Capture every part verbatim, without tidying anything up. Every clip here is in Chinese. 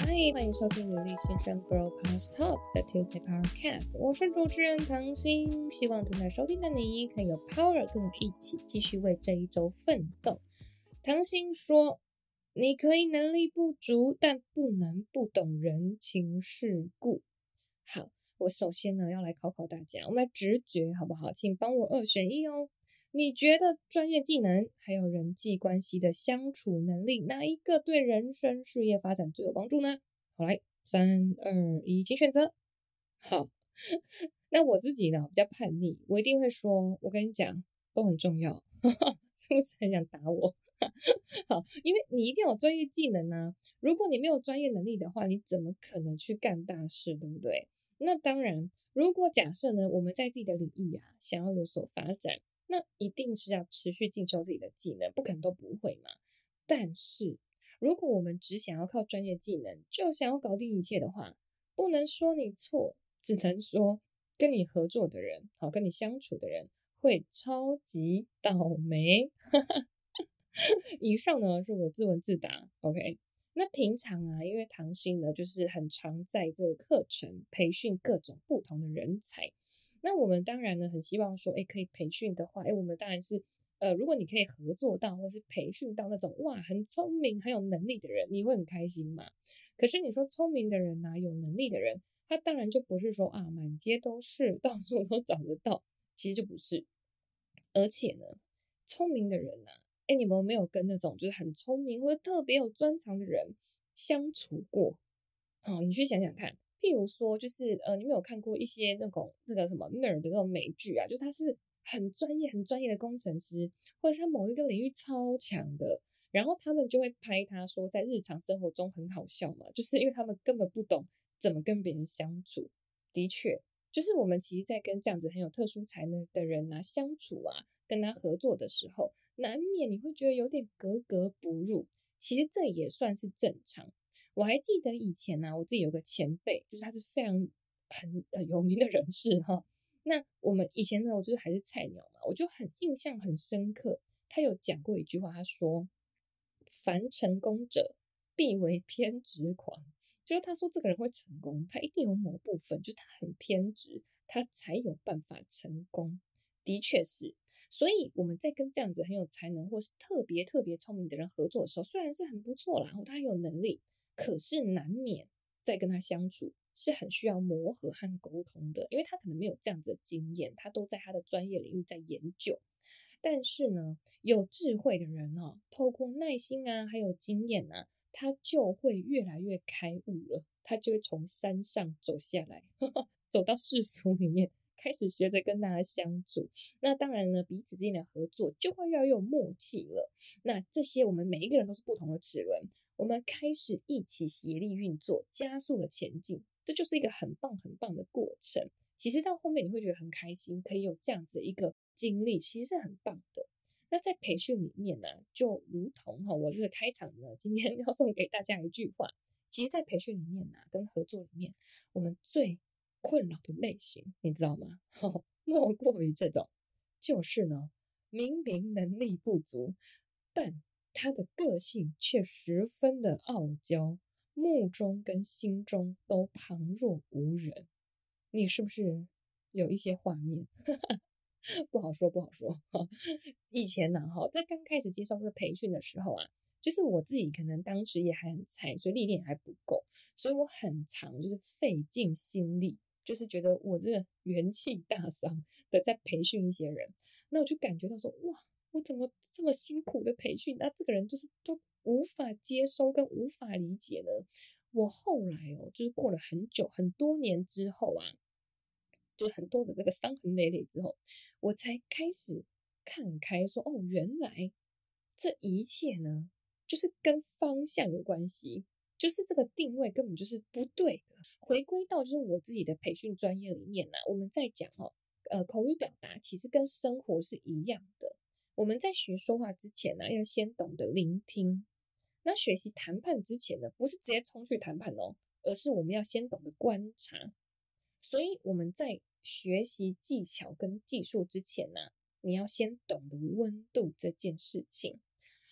嗨，欢迎收听努力新生 Grow Past Talks 的 Tuesday Podcast， 我是主持人唐心，希望正在收听的你可以有 power 跟我一起继续为这一周奋斗。唐心说，你可以能力不足，但不能不懂人情世故。好，我首先呢要来考考大家，我们来直觉好不好？请帮我二选一哦。你觉得专业技能还有人际关系的相处能力，哪一个对人生事业发展最有帮助呢？好，来，三二一，请选择。好，那我自己呢比较叛逆，我一定会说，我跟你讲，都很重要，是不是很想打我？好，因为你一定要有专业技能啊，如果你没有专业能力的话，你怎么可能去干大事，对不对？那当然，如果假设呢，我们在自己的领域啊，想要有所发展，那一定是要持续进修自己的技能，不可能都不会嘛。但是如果我们只想要靠专业技能就想要搞定一切的话，不能说你错，只能说跟你合作的人，好，跟你相处的人会超级倒霉。以上呢是我的自问自答 OK。 那平常啊，因为唐心呢就是很常在这个课程培训各种不同的人才，那我们当然呢很希望说，哎，可以培训的话，哎，我们当然是呃，如果你可以合作到或是培训到那种哇很聪明很有能力的人，你会很开心嘛。可是你说聪明的人啊，有能力的人，他当然就不是说啊满街都是到处都找得到，其实就不是。而且呢，聪明的人啊，哎，你们有没有跟那种就是很聪明或者特别有专长的人相处过？好，你去想想看，譬如说，就是呃，你们有看过一些那种这个什么 nerd 的那种美剧啊？就是他是很专业、很专业的工程师，或者是他某一个领域超强的，然后他们就会拍他说，在日常生活中很好笑嘛，就是因为他们根本不懂怎么跟别人相处。的确，就是我们其实，在跟这样子很有特殊才能的人啊相处啊，跟他合作的时候，难免你会觉得有点格格不入。其实这也算是正常。我还记得以前呢、啊，我自己有个前辈，就是他是非常很呃有名的人士哈。那我们以前呢，我就是还是菜鸟嘛，我就很印象很深刻。他有讲过一句话，他说：“凡成功者必为偏执狂。”就是他说这个人会成功，他一定有某部分，就是他很偏执，他才有办法成功。的确是，所以我们在跟这样子很有才能或是特别特别聪明的人合作的时候，虽然是很不错啦，然后他有能力，可是难免在跟他相处是很需要磨合和沟通的，因为他可能没有这样子的经验，他都在他的专业领域在研究。但是呢，有智慧的人哦，透过耐心啊，还有经验啊，他就会越来越开悟了，他就会从山上走下来，呵呵走到世俗里面，开始学着跟大家相处。那当然呢，彼此之间的合作就会越来越有默契了。那这些我们每一个人都是不同的齿轮，我们开始一起协力运作，加速的前进，这就是一个很棒很棒的过程。其实到后面你会觉得很开心，可以有这样子一个经历，其实是很棒的。那在培训里面呢、啊，就如同哈，我这个开场呢，今天要送给大家一句话。其实，在培训里面呢、啊，跟合作里面，我们最困扰的类型，你知道吗？莫过于这种，就是呢，明明能力不足，但他的个性却十分的傲娇，目中跟心中都旁若无人。你是不是有一些画面？不好说，不好说。以前呢，哈，在刚开始接受这个培训的时候啊，就是我自己可能当时也还很菜，所以历练还不够，所以我很常就是费尽心力，就是觉得我这个元气大伤的在培训一些人，那我就感觉到说，哇，我怎么这么辛苦的培训，那这个人就是都无法接收跟无法理解呢？我后来哦，就是过了很久很多年之后啊，就很多的这个伤痕累累之后，我才开始看开说，哦，原来这一切呢，就是跟方向有关系，就是这个定位根本就是不对的。回归到就是我自己的培训专业里面呢、啊，我们在讲哦，呃，口语表达其实跟生活是一样的。我们在学说话之前呢、啊，要先懂得聆听。那学习谈判之前呢，不是直接冲去谈判哦，而是我们要先懂得观察。所以我们在学习技巧跟技术之前呢、啊，你要先懂得温度这件事情。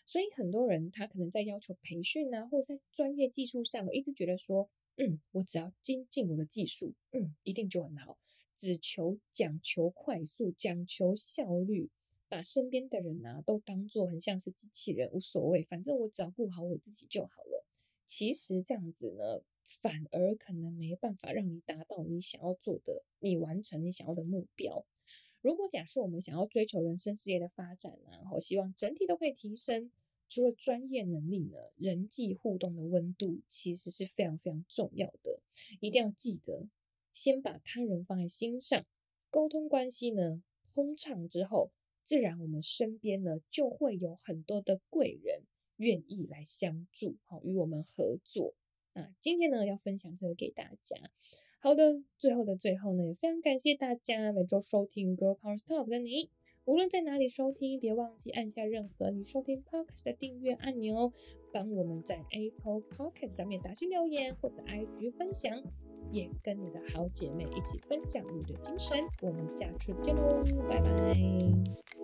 所以很多人他可能在要求培训啊，或者在专业技术上，一直觉得说，嗯，我只要精进我的技术，嗯，一定就很好，只求讲求快速，讲求效率，把身边的人啊都当作很像是机器人，无所谓，反正我只要顾好我自己就好了。其实这样子呢，反而可能没办法让你达到你想要做的，你完成你想要的目标。如果假设我们想要追求人生事业的发展啊，我希望整体都可以提升，除了专业能力呢，人际互动的温度其实是非常非常重要的。一定要记得，先把他人放在心上，沟通关系呢通畅之后，自然我们身边呢就会有很多的贵人愿意来相助，好，与我们合作。那今天呢要分享这个给大家。好的，最后的最后呢，也非常感谢大家每周收听 Girl Power Talk 的你，无论在哪里收听，别忘记按下任何你收听 Podcast 的订阅按钮哦，帮我们在 Apple Podcast 上面打新留言，或者 I G 分享，也跟你的好姐妹一起分享你的精神。我们下次见喽，拜拜。